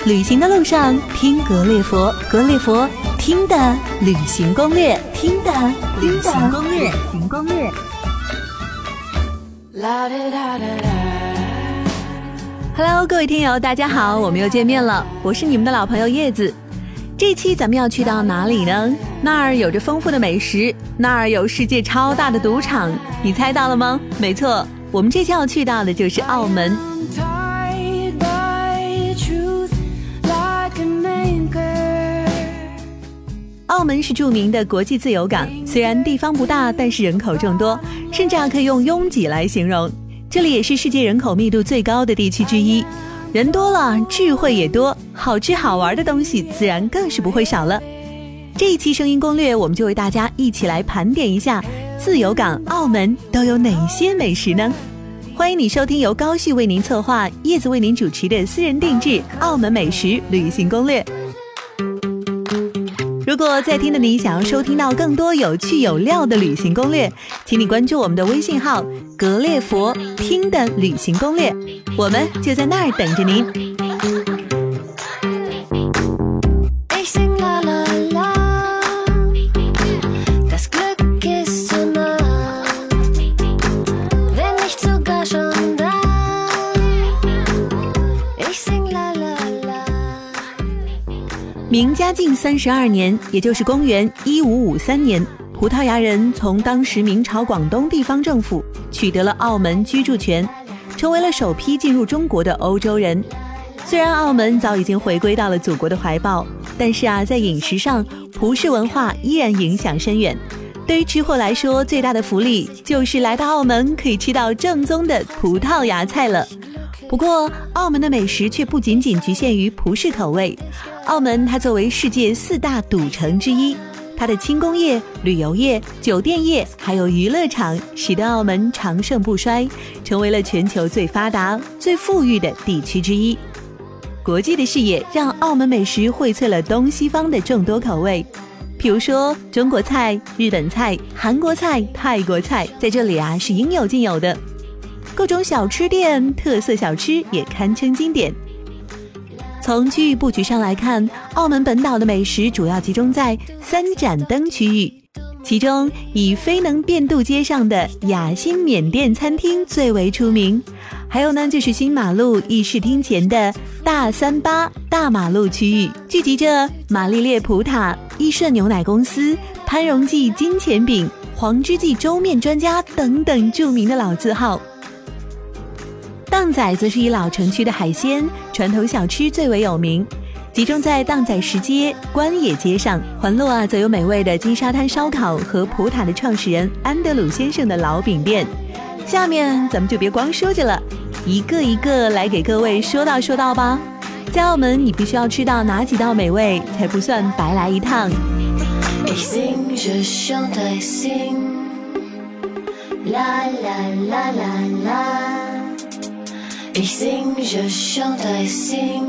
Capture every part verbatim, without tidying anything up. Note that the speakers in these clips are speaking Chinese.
旅行的路上听格列佛，格列佛听的旅行攻略，听的旅行攻略，旅行攻略。Hello， 各位听友，大家好，我们又见面了，我是你们的老朋友叶子。这期咱们要去到哪里呢？那儿有着丰富的美食，那儿有世界超大的赌场，你猜到了吗？没错，我们这期要去到的就是澳门。澳门是著名的国际自由港，虽然地方不大，但是人口众多，甚至还可以用拥挤来形容。这里也是世界人口密度最高的地区之一，人多了，智慧也多，好吃好玩的东西自然更是不会少了。这一期声音攻略，我们就为大家一起来盘点一下自由港澳门都有哪些美食呢？欢迎你收听由高旭为您策划，叶子为您主持的私人定制澳门美食旅行攻略。如果在听的你想要收听到更多有趣有料的旅行攻略，请你关注我们的微信号格列佛听的旅行攻略，我们就在那儿等着您。明嘉靖三十二年，也就是公元一五五三年，葡萄牙人从当时明朝广东地方政府取得了澳门居住权，成为了首批进入中国的欧洲人。虽然澳门早已经回归到了祖国的怀抱，但是啊，在饮食上，葡式文化依然影响深远。对于吃货来说，最大的福利就是来到澳门可以吃到正宗的葡萄牙菜了。不过，澳门的美食却不仅仅局限于葡式口味。澳门它作为世界四大赌城之一，它的轻工业、旅游业、酒店业还有娱乐场，使得澳门长盛不衰，成为了全球最发达、最富裕的地区之一。国际的视野让澳门美食荟萃了东西方的众多口味，比如说中国菜、日本菜、韩国菜、泰国菜，在这里啊是应有尽有的。各种小吃店、特色小吃也堪称经典。从区域布局上来看，澳门本岛的美食主要集中在三盏灯区域，其中以飞能便渡街上的雅欣缅甸餐厅最为出名，还有呢就是新马路议事厅前的大三巴大马路区域，聚集着玛丽烈葡挞、益顺牛奶公司、潘荣记金钱饼、黄之记粥面专家等等著名的老字号。荡仔则是以老城区的海鲜传统小吃最为有名，集中在荡仔石街、关野街上。环路啊，则有美味的金沙滩烧烤和葡挞的创始人安德鲁先生的老饼店。下面咱们就别光说着了，一个一个来给各位说道说道吧。在澳门，你必须要吃到哪几道美味，才不算白来一趟？啦啦啦啦啦。Ich sing, je chante, ich sing,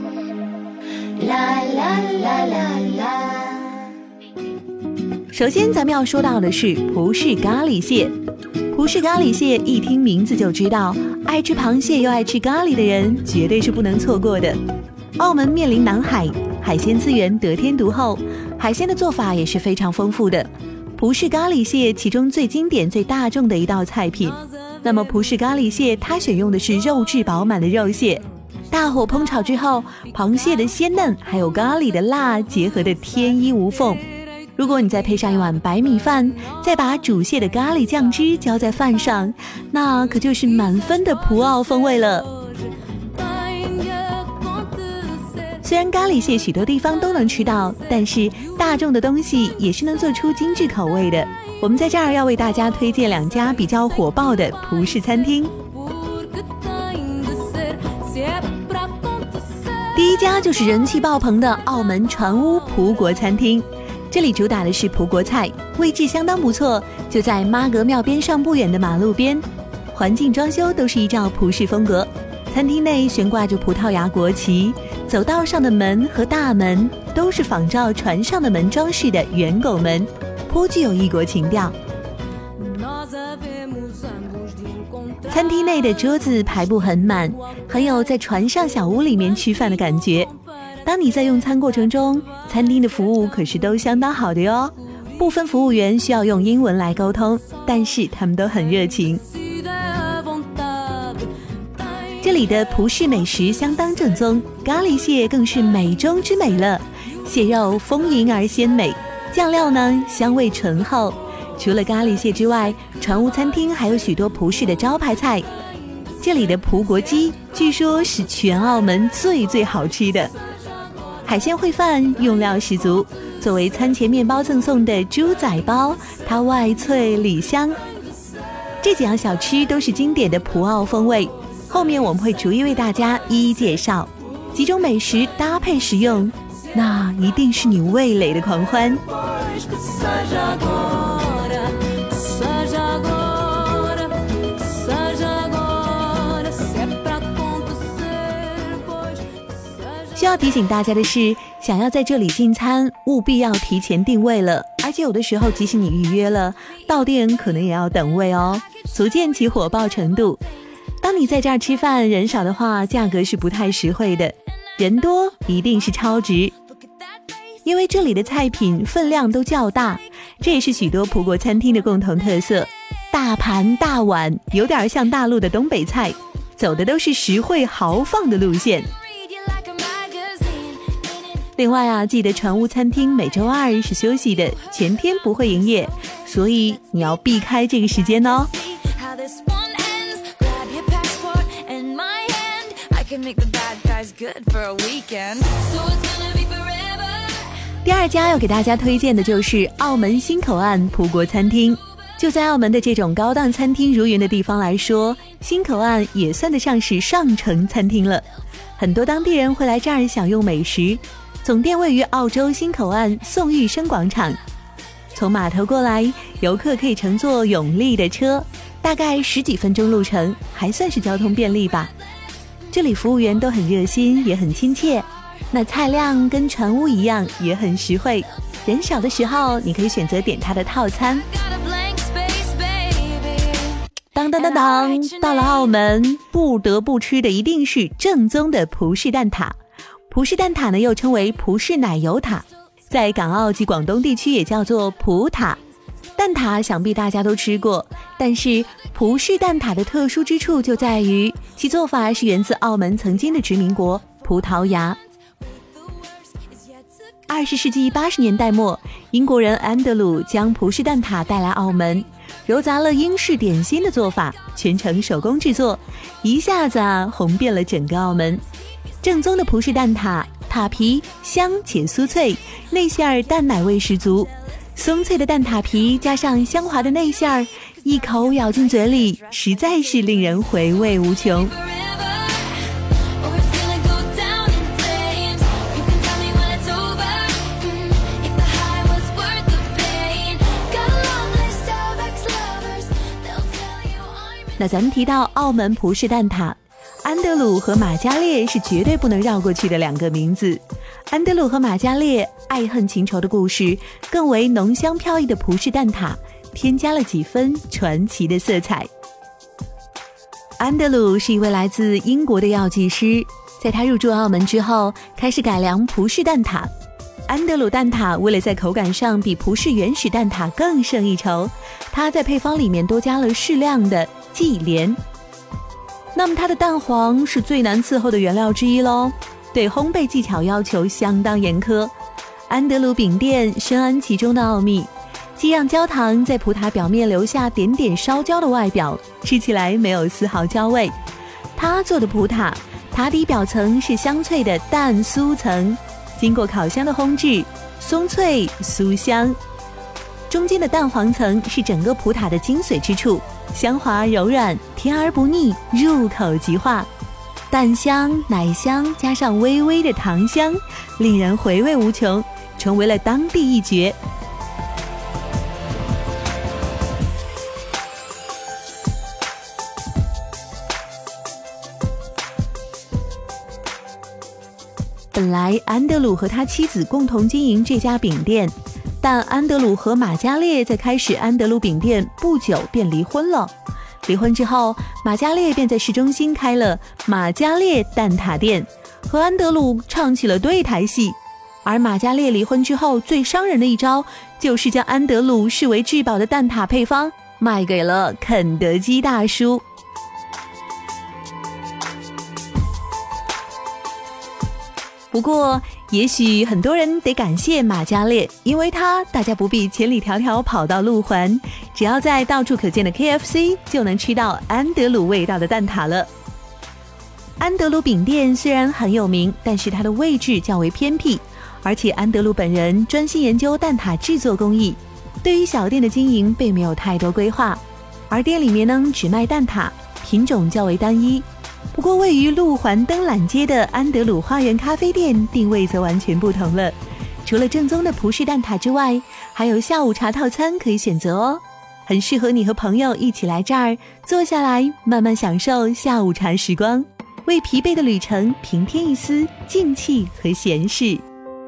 la la la la la。 首先咱们要说到的是葡式咖喱蟹。葡式咖喱蟹一听名字就知道，爱吃螃蟹又爱吃咖喱的人绝对是不能错过的。澳门面临南海，海鲜资源得天独厚，海鲜的做法也是非常丰富的。葡式咖喱蟹其中最经典最大众的一道菜品，那么葡式咖喱蟹它选用的是肉质饱满的肉蟹，大火烹炒之后，螃蟹的鲜嫩还有咖喱的辣结合的天衣无缝。如果你再配上一碗白米饭，再把煮蟹的咖喱酱汁浇在饭上，那可就是满分的葡澳风味了。虽然咖喱蟹许多地方都能吃到，但是大众的东西也是能做出精致口味的。我们在这儿要为大家推荐两家比较火爆的葡式餐厅。第一家就是人气爆棚的澳门船屋葡国餐厅，这里主打的是葡国菜，位置相当不错，就在妈阁庙边上不远的马路边，环境装修都是依照葡式风格。餐厅内悬挂着葡萄牙国旗，走道上的门和大门都是仿照船上的门装饰的圆拱门，颇具有异国情调。 餐厅内的桌子排布很满，很有在船上小屋里面吃饭的感觉。当你在用餐过程中，餐厅的服务可是都相当好的哟。部分服务员需要用英文来沟通，但是他们都很热情。这里的葡式美食相当正宗，咖喱蟹更是美中之美了。蟹肉丰盈而鲜美，酱料呢香味醇厚。除了咖喱蟹之外，船屋餐厅还有许多葡式的招牌菜。这里的葡国鸡据说是全澳门最最好吃的。海鲜烩饭用料十足，作为餐前面包赠送的猪仔包，它外脆里香。这几样小吃都是经典的葡澳风味，后面我们会逐一为大家一一介绍。几种美食搭配食用，那一定是你味蕾的狂欢。需要提醒大家的是，想要在这里进餐，务必要提前订位了，而且有的时候即使你预约了，到店可能也要等位哦，足见其火爆程度。当你在这儿吃饭，人少的话，价格是不太实惠的，人多一定是超值。因为这里的菜品分量都较大，这也是许多葡国餐厅的共同特色，大盘大碗，有点像大陆的东北菜，走的都是实惠豪放的路线。另外啊，记得船屋餐厅每周二是休息的，全天不会营业，所以你要避开这个时间哦。第二家要给大家推荐的就是澳门新口岸葡国餐厅。就在澳门的这种高档餐厅如云的地方来说，新口岸也算得上是上乘餐厅了。很多当地人会来这儿享用美食。总店位于澳洲新口岸宋玉生广场，从码头过来，游客可以乘坐永利的车，大概十几分钟路程，还算是交通便利吧。这里服务员都很热心，也很亲切，那菜量跟船屋一样，也很实惠。人少的时候，你可以选择点它的套餐。当当当当，到了澳门，不得不吃的一定是正宗的葡式蛋挞。葡式蛋挞呢，又称为葡式奶油塔，在港澳及广东地区也叫做葡塔。蛋挞想必大家都吃过，但是葡式蛋挞的特殊之处就在于其做法是源自澳门曾经的殖民国葡萄牙。二十世纪八十年代末，英国人安德鲁将葡式蛋挞带来澳门，糅杂了英式点心的做法，全程手工制作，一下子啊红遍了整个澳门。正宗的葡式蛋挞，塔皮香且酥脆，内馅儿蛋奶味十足。松脆的蛋挞皮加上香滑的内馅儿，一口咬进嘴里，实在是令人回味无穷。那咱们提到澳门葡式蛋挞，安德鲁和马加列是绝对不能绕过去的两个名字。安德鲁和马加列爱恨情仇的故事，更为浓香飘逸的葡式蛋挞添加了几分传奇的色彩。安德鲁是一位来自英国的药剂师，在他入住澳门之后，开始改良葡式蛋挞。安德鲁蛋挞为了在口感上比葡式原始蛋挞更胜一筹，他在配方里面多加了适量的忌廉。那么它的蛋黄是最难伺候的原料之一咯，对烘焙技巧要求相当严苛。安德鲁饼店深谙其中的奥秘，既让焦糖在葡挞表面留下点点烧焦的外表，吃起来没有丝毫焦味。他做的葡挞，塔底表层是香脆的蛋酥层，经过烤箱的烘制，松脆酥香。中间的蛋黄层是整个葡挞的精髓之处，香滑柔软，甜而不腻，入口即化。蛋香、奶香加上微微的糖香，令人回味无穷，成为了当地一绝。本来安德鲁和他妻子共同经营这家饼店，但安德鲁和马加列在开始安德鲁饼店不久便离婚了。 离婚之后，马嘉烈便在市中心开了马嘉烈蛋挞店，和安德鲁唱起了对台戏。而马嘉烈离婚之后最伤人的一招，就是将安德鲁视为至宝的蛋挞配方卖给了肯德基大叔。不过也许很多人得感谢马嘉烈，因为他大家不必千里迢迢跑到路环，只要在到处可见的 K F C 就能吃到安德鲁味道的蛋挞了。安德鲁饼店虽然很有名，但是它的位置较为偏僻，而且安德鲁本人专心研究蛋挞制作工艺，对于小店的经营并没有太多规划，而店里面呢只卖蛋挞，品种较为单一。不过位于路环灯缆街的安德鲁花园咖啡店定位则完全不同了，除了正宗的葡式蛋挞之外，还有下午茶套餐可以选择哦，很适合你和朋友一起来这儿坐下来慢慢享受下午茶时光，为疲惫的旅程平添一丝静气和闲适。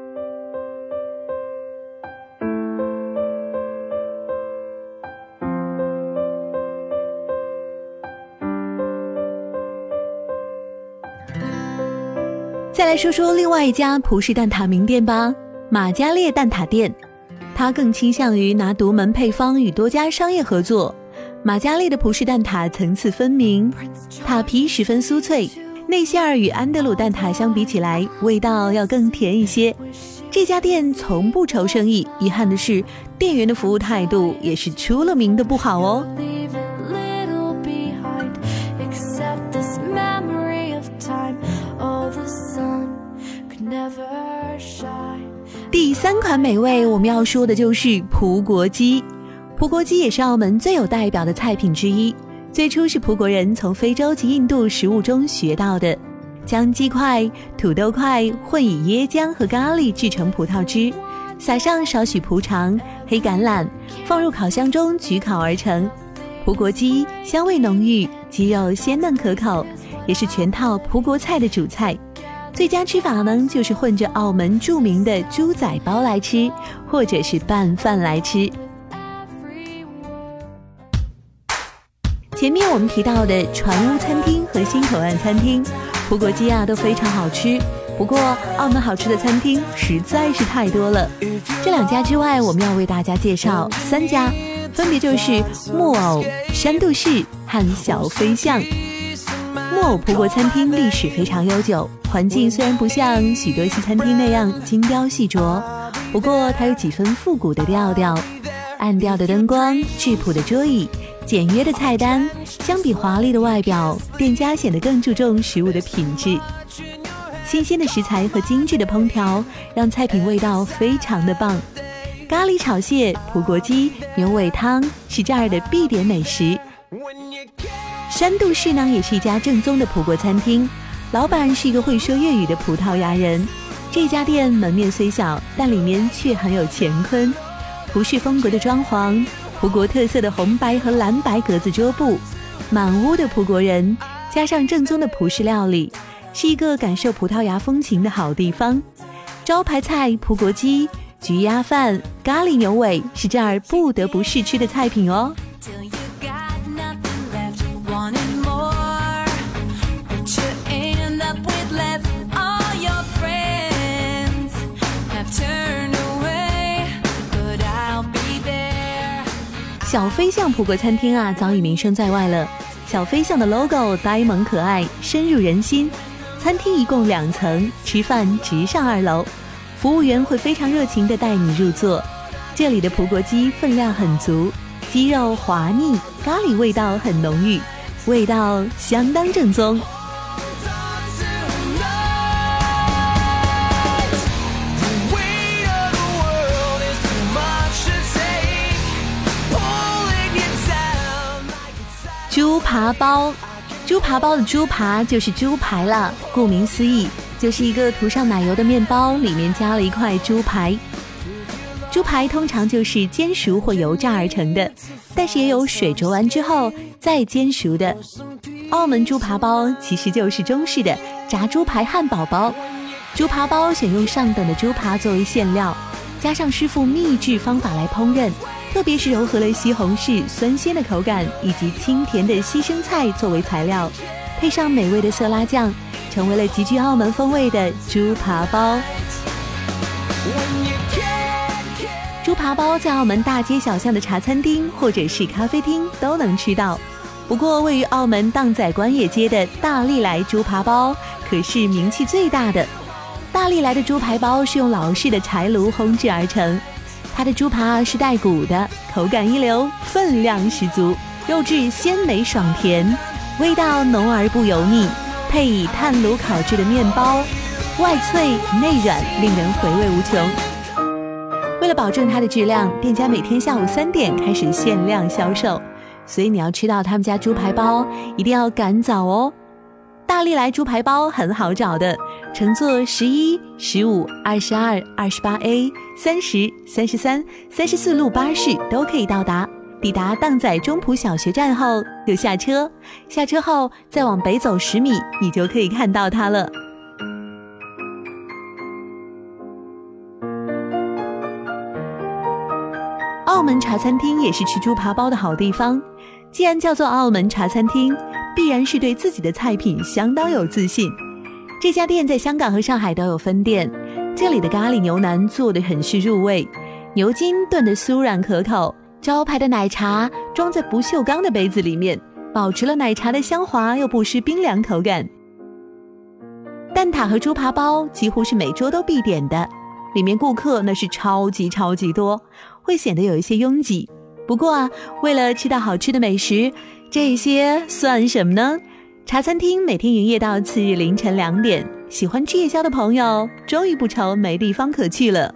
再来说说另外一家葡式蛋挞名店吧，马嘉烈蛋挞店。它更倾向于拿独门配方与多家商业合作。马嘉烈的葡式蛋挞层次分明，塔皮十分酥脆，内馅儿与安德鲁蛋挞相比起来，味道要更甜一些。这家店从不愁生意，遗憾的是，店员的服务态度也是出了名的不好哦。第三款美味我们要说的就是葡国鸡。葡国鸡也是澳门最有代表的菜品之一，最初是葡国人从非洲及印度食物中学到的，将鸡块、土豆块混以椰浆和咖喱制成葡萄汁，撒上少许葡肠、黑橄榄，放入烤箱中焗烤而成。葡国鸡香味浓郁，鸡肉鲜嫩可口，也是全套葡国菜的主菜。最佳吃法呢，就是混着澳门著名的猪仔包来吃，或者是拌饭来吃。前面我们提到的船屋餐厅和新口岸餐厅，葡国鸡啊都非常好吃。不过澳门好吃的餐厅实在是太多了，这两家之外，我们要为大家介绍三家，分别就是木偶、山度士和小飞象。木偶葡国餐厅历史非常悠久，环境虽然不像许多西餐厅那样精雕细琢，不过它有几分复古的调调，暗调的灯光、质朴的桌椅、简约的菜单，相比华丽的外表，店家显得更注重食物的品质。新鲜的食材和精致的烹调，让菜品味道非常的棒。咖喱炒蟹、葡国鸡、牛尾汤是这儿的必点美食。山度士呢，也是一家正宗的葡国餐厅，老板是一个会说粤语的葡萄牙人。这家店门面虽小，但里面却很有乾坤。葡式风格的装潢，葡国特色的红白和蓝白格子桌布，满屋的葡国人，加上正宗的葡式料理，是一个感受葡萄牙风情的好地方。招牌菜葡国鸡、焗鸭饭、咖喱牛尾是这儿不得不试吃的菜品哦。小飞象葡国餐厅啊，早已名声在外了。小飞象的 logo 呆萌可爱，深入人心。餐厅一共两层，吃饭直上二楼，服务员会非常热情地带你入座。这里的葡国鸡分量很足，鸡肉滑腻，咖喱味道很浓郁，味道相当正宗。猪扒包，猪扒包的猪扒就是猪排了，顾名思义，就是一个涂上奶油的面包，里面加了一块猪排。猪排通常就是煎熟或油炸而成的，但是也有水煮完之后再煎熟的。澳门猪扒包其实就是中式的炸猪排汉堡包。猪扒包选用上等的猪扒作为馅料，加上师傅秘制方法来烹饪， 特别是糅合了西红柿酸鲜的口感以及清甜的西生菜作为材料，配上美味的色拉酱，成为了极具澳门风味的猪扒包。猪扒包在澳门大街小巷的茶餐厅或者是咖啡厅都能吃到，不过位于澳门荡仔关野街的大利来猪扒包可是名气最大的。大利来的猪排包是用老式的柴炉烘制而成，它的猪扒是带骨的，口感一流，分量十足，肉质鲜美爽甜，味道浓而不油腻，配以炭炉烤制的面包，外脆内软，令人回味无穷。为了保证它的质量，店家每天下午三点开始限量销售，所以你要吃到他们家猪排包一定要赶早哦。大利来猪排包很好找的，乘坐十一、十五、二十二、二十八 A、三十、三十三、三十四路巴士都可以到达。抵达荡仔中埔小学站后就下车，下车后再往北走十米，你就可以看到它了。澳门茶餐厅也是吃猪扒包的好地方，既然叫做澳门茶餐厅，必然是对自己的菜品相当有自信。这家店在香港和上海都有分店，这里的咖喱牛腩做得很是入味，牛筋炖得酥软可口，招牌的奶茶装在不锈钢的杯子里面，保持了奶茶的香滑又不失冰凉口感。蛋挞和猪扒包几乎是每桌都必点的，里面顾客那是超级超级多，会显得有一些拥挤。不过啊，为了吃到好吃的美食，这些算什么呢？茶餐厅每天营业到次日凌晨两点，喜欢吃夜宵的朋友终于不愁没地方可去了。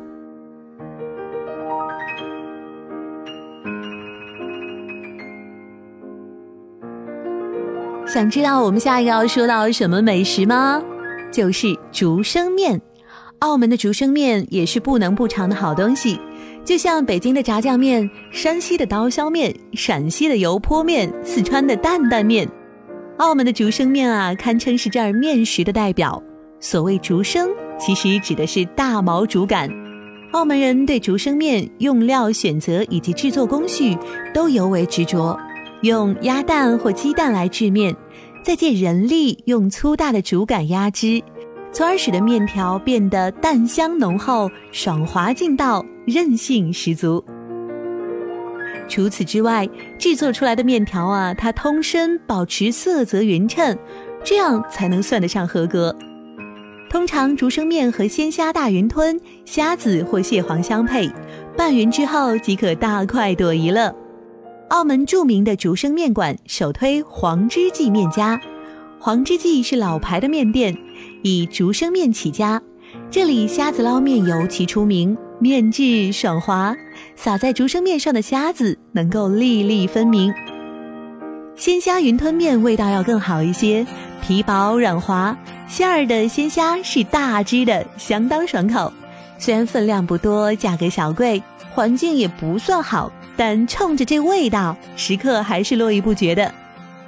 想知道我们下一个要说到什么美食吗？就是竹升面。澳门的竹升面也是不能不尝的好东西，就像北京的炸酱面、山西的刀削面、陕西的油泼面、四川的担担面，澳门的竹升面啊，堪称是这儿面食的代表。所谓竹升，其实指的是大毛竹竿。澳门人对竹升面用料选择以及制作工序都尤为执着，用鸭蛋或鸡蛋来制面，再借人力用粗大的竹竿压汁，从而使得面条变得蛋香浓厚，爽滑劲道，韧性十足。除此之外，制作出来的面条啊，它通身保持色泽匀称，这样才能算得上合格。通常竹升面和鲜虾大云吞、虾子或蟹黄相配，拌匀之后即可大快朵颐了。澳门著名的竹升面馆首推黄之记面家，黄之记是老牌的面店，以竹升面起家，这里虾子捞面尤其出名，面质爽滑，撒在竹升面上的虾子能够粒粒分明。鲜虾云吞面味道要更好一些，皮薄软滑，馅儿的鲜虾是大只的，相当爽口。虽然分量不多，价格小贵，环境也不算好，但冲着这味道，食客还是络绎不绝的。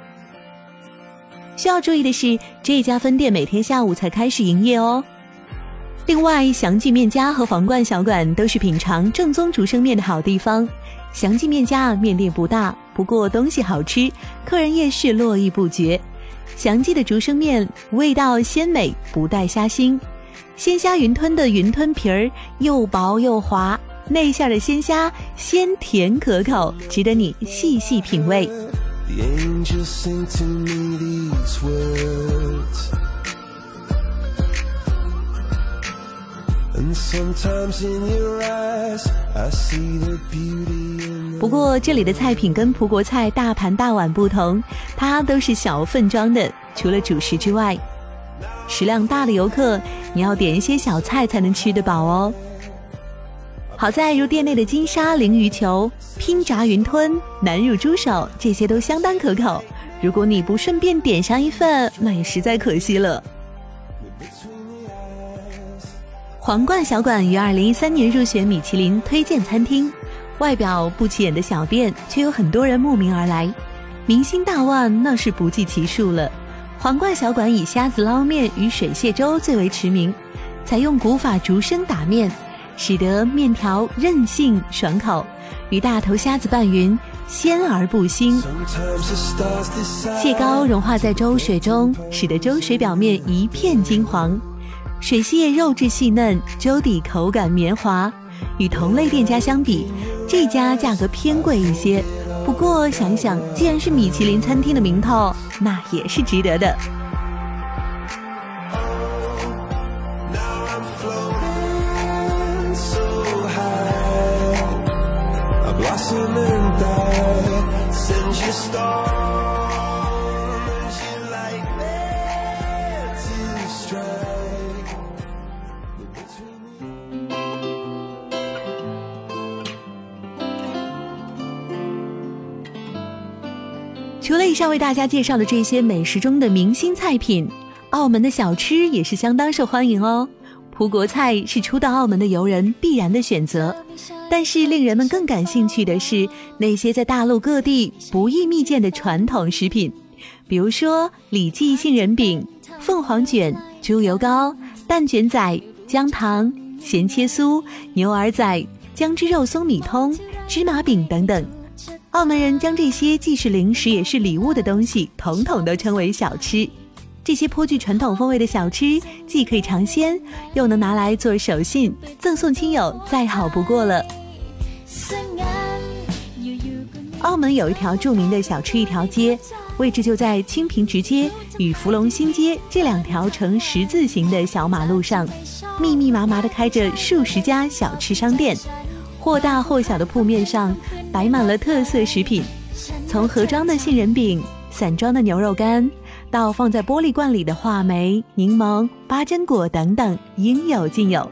需要注意的是，这家分店每天下午才开始营业哦。另外，祥记面家和皇冠小馆都是品尝正宗竹升面的好地方。祥记面家面店不大，不过东西好吃，客人也是络绎不绝。祥记的竹升面味道鲜美，不带虾腥，鲜虾云吞的云吞皮儿又薄又滑，内馅的鲜虾鲜甜可口，值得你细细品味。The angels sing to me these words, and sometimes in your eyes I see the beauty in the... 不过这里的菜品跟葡国菜大盘大碗不同，它都是小份装的，除了主食之外，食量大的游客你要点一些小菜才能吃得饱哦。好在如店内的金沙鲮鱼球、拼炸云吞、南乳猪手，这些都相当可口，如果你不顺便点上一份，那也实在可惜了。皇冠小馆于二零一三年入选米其林推荐餐厅，外表不起眼的小店却有很多人慕名而来，明星大腕那是不计其数了。皇冠小馆以虾子捞面与水蟹粥最为驰名，采用古法竹升打面，使得面条韧性爽口， 与大头虾子拌匀，鲜而不腥。蟹膏融化在粥水中，使得粥水表面一片金黄。水蟹肉质细嫩，粥底口感绵滑。与同类店家相比，这家价格偏贵一些。不过想想，既然是米其林餐厅的名头，那也是值得的。除了以上为大家介绍的这些美食中的明星菜品，澳门的小吃也是相当受欢迎哦。葡国菜是初到澳门的游人必然的选择，但是令人们更感兴趣的是那些在大陆各地不易觅见的传统食品，比如说李记杏仁饼、凤凰卷、猪油糕、蛋卷仔、姜糖、咸切酥、牛耳仔、姜汁肉松米通、芝麻饼等等。澳门人将这些既是零食也是礼物的东西统统都称为小吃。这些颇具传统风味的小吃既可以尝鲜，又能拿来做手信赠送亲友，再好不过了。澳门有一条著名的小吃一条街，位置就在清平直街与福隆新街这两条呈十字形的小马路上，密密麻麻地开着数十家小吃商店，或大或小的铺面上摆满了特色食品，从盒装的杏仁饼、散装的牛肉干，到放在玻璃罐里的话梅、柠檬、八珍果等等，应有尽有。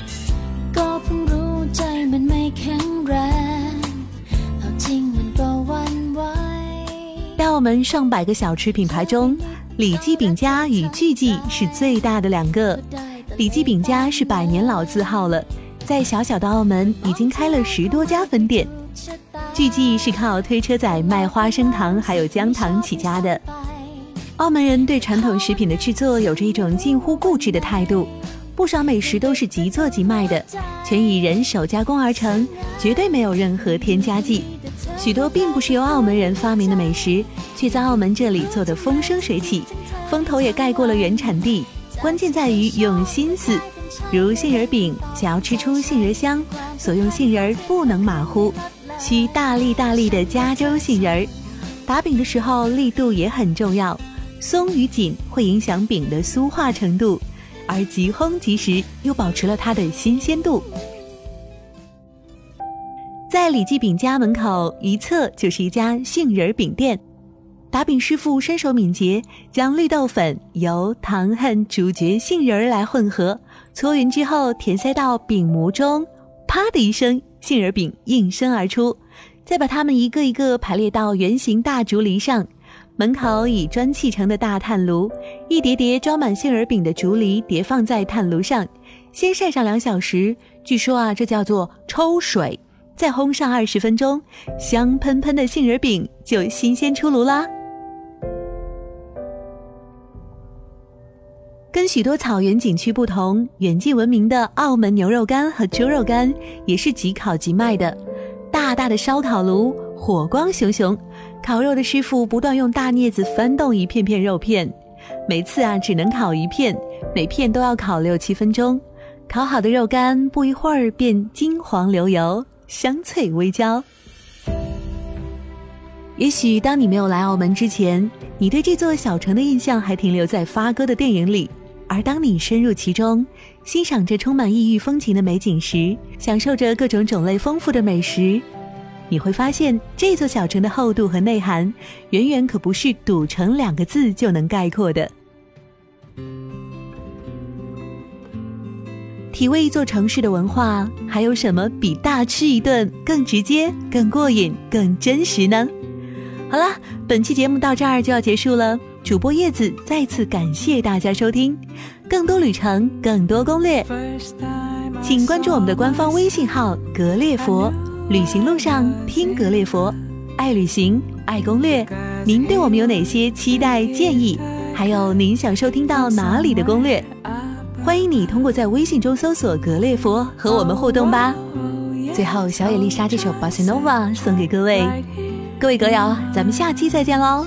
在澳门上百个小吃品牌中，李记饼家与巨记是最大的两个。李记饼家是百年老字号了，在小小的澳门已经开了十多家分店。巨记是靠推车仔卖花生糖还有姜糖起家的。澳门人对传统食品的制作有着一种近乎固执的态度，不少美食都是即做即卖的，全以人手加工而成，绝对没有任何添加剂。许多并不是由澳门人发明的美食，却在澳门这里做得风生水起，风头也盖过了原产地。关键在于用心思，如杏仁饼，想要吃出杏仁香，所用杏仁不能马虎，需大粒大粒的加州杏仁。打饼的时候力度也很重要，松与紧会影响饼的酥化程度，而即烘即食又保持了它的新鲜度。在李记饼家门口一侧就是一家杏仁饼店，打饼师傅身手敏捷，将绿豆粉、油、糖和主角杏仁来混合，搓匀之后填塞到饼模中，啪的一声，杏仁饼应声而出，再把它们一个一个排列到圆形大竹篱上，门口以砖砌成的大炭炉，一叠叠装满杏仁饼的竹篱叠放在炭炉上，先晒上两小时，据说啊，这叫做抽水，再烘上二十分钟，香喷喷的杏仁饼就新鲜出炉啦。跟许多草原景区不同，远近闻名的澳门牛肉干和猪肉干也是即烤即卖的。大大的烧烤炉，火光熊熊，烤肉的师傅不断用大镊子翻动一片片肉片，每次啊只能烤一片，每片都要烤六七分钟。烤好的肉干不一会儿便金黄流油，香脆微焦。也许当你没有来澳门之前，你对这座小城的印象还停留在发哥的电影里，而当你深入其中，欣赏着充满异域风情的美景时，享受着各种种类丰富的美食，你会发现这座小城的厚度和内涵远远可不是赌城两个字就能概括的。体味一座城市的文化，还有什么比大吃一顿更直接、更过瘾、更真实呢？好了，本期节目到这儿就要结束了，主播叶子再次感谢大家收听。更多旅程，更多攻略，请关注我们的官方微信号格列佛，旅行路上听格列佛，爱旅行爱攻略。您对我们有哪些期待建议，还有您想收听到哪里的攻略，欢迎你通过在微信中搜索格列佛和我们互动吧。 最后小野丽莎这首 Bossa Nova 送给各位，各位歌友，咱们下期再见喽。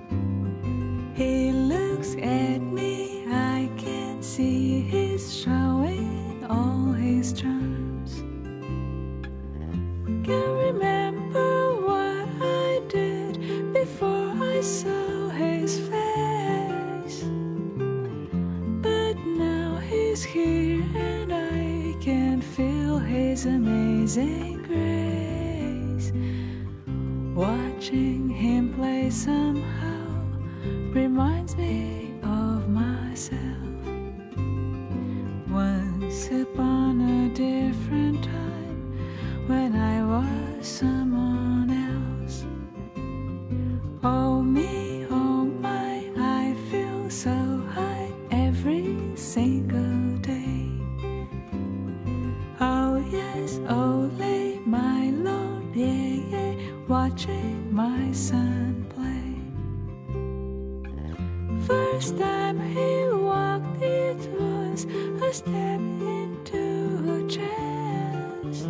Amazing grace, watching him play somehow reminds me of myself. Once upon a different time, when I was someone else. Oh me, oh my, I feel so high every single day. Oh yes, ole, my lord, yeah, yeah, watching my son play. First time he walked, it was a step into a chance.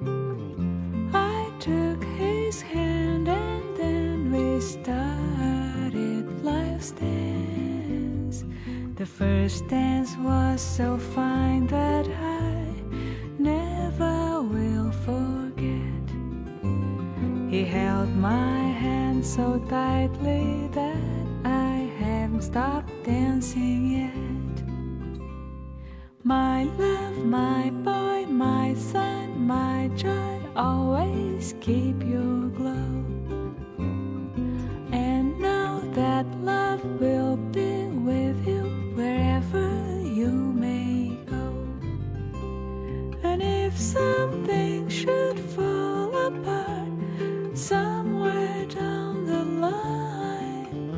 I took his hand and then we started life's dance. The first dance was so fine that I never will forget. He held my hand so tightly that I haven't stopped dancing yet. My love, my boy, my son, my joy, always keep your glow. And know that love will be with you wherever you may go. And if something should fall apart somewhere down the line,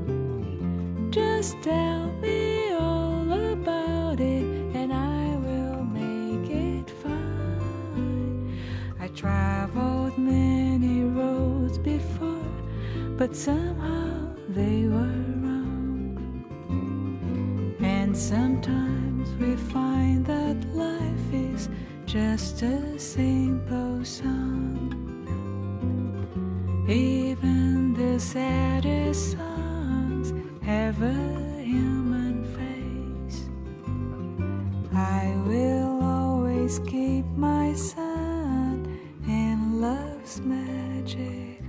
just tell me all about it and I will make it fine. I traveled many roads before, but somehow they were wrong. And sometimes we find that life is just a simple song. Even the saddest songs have a human face. I will always keep my son in love's magic.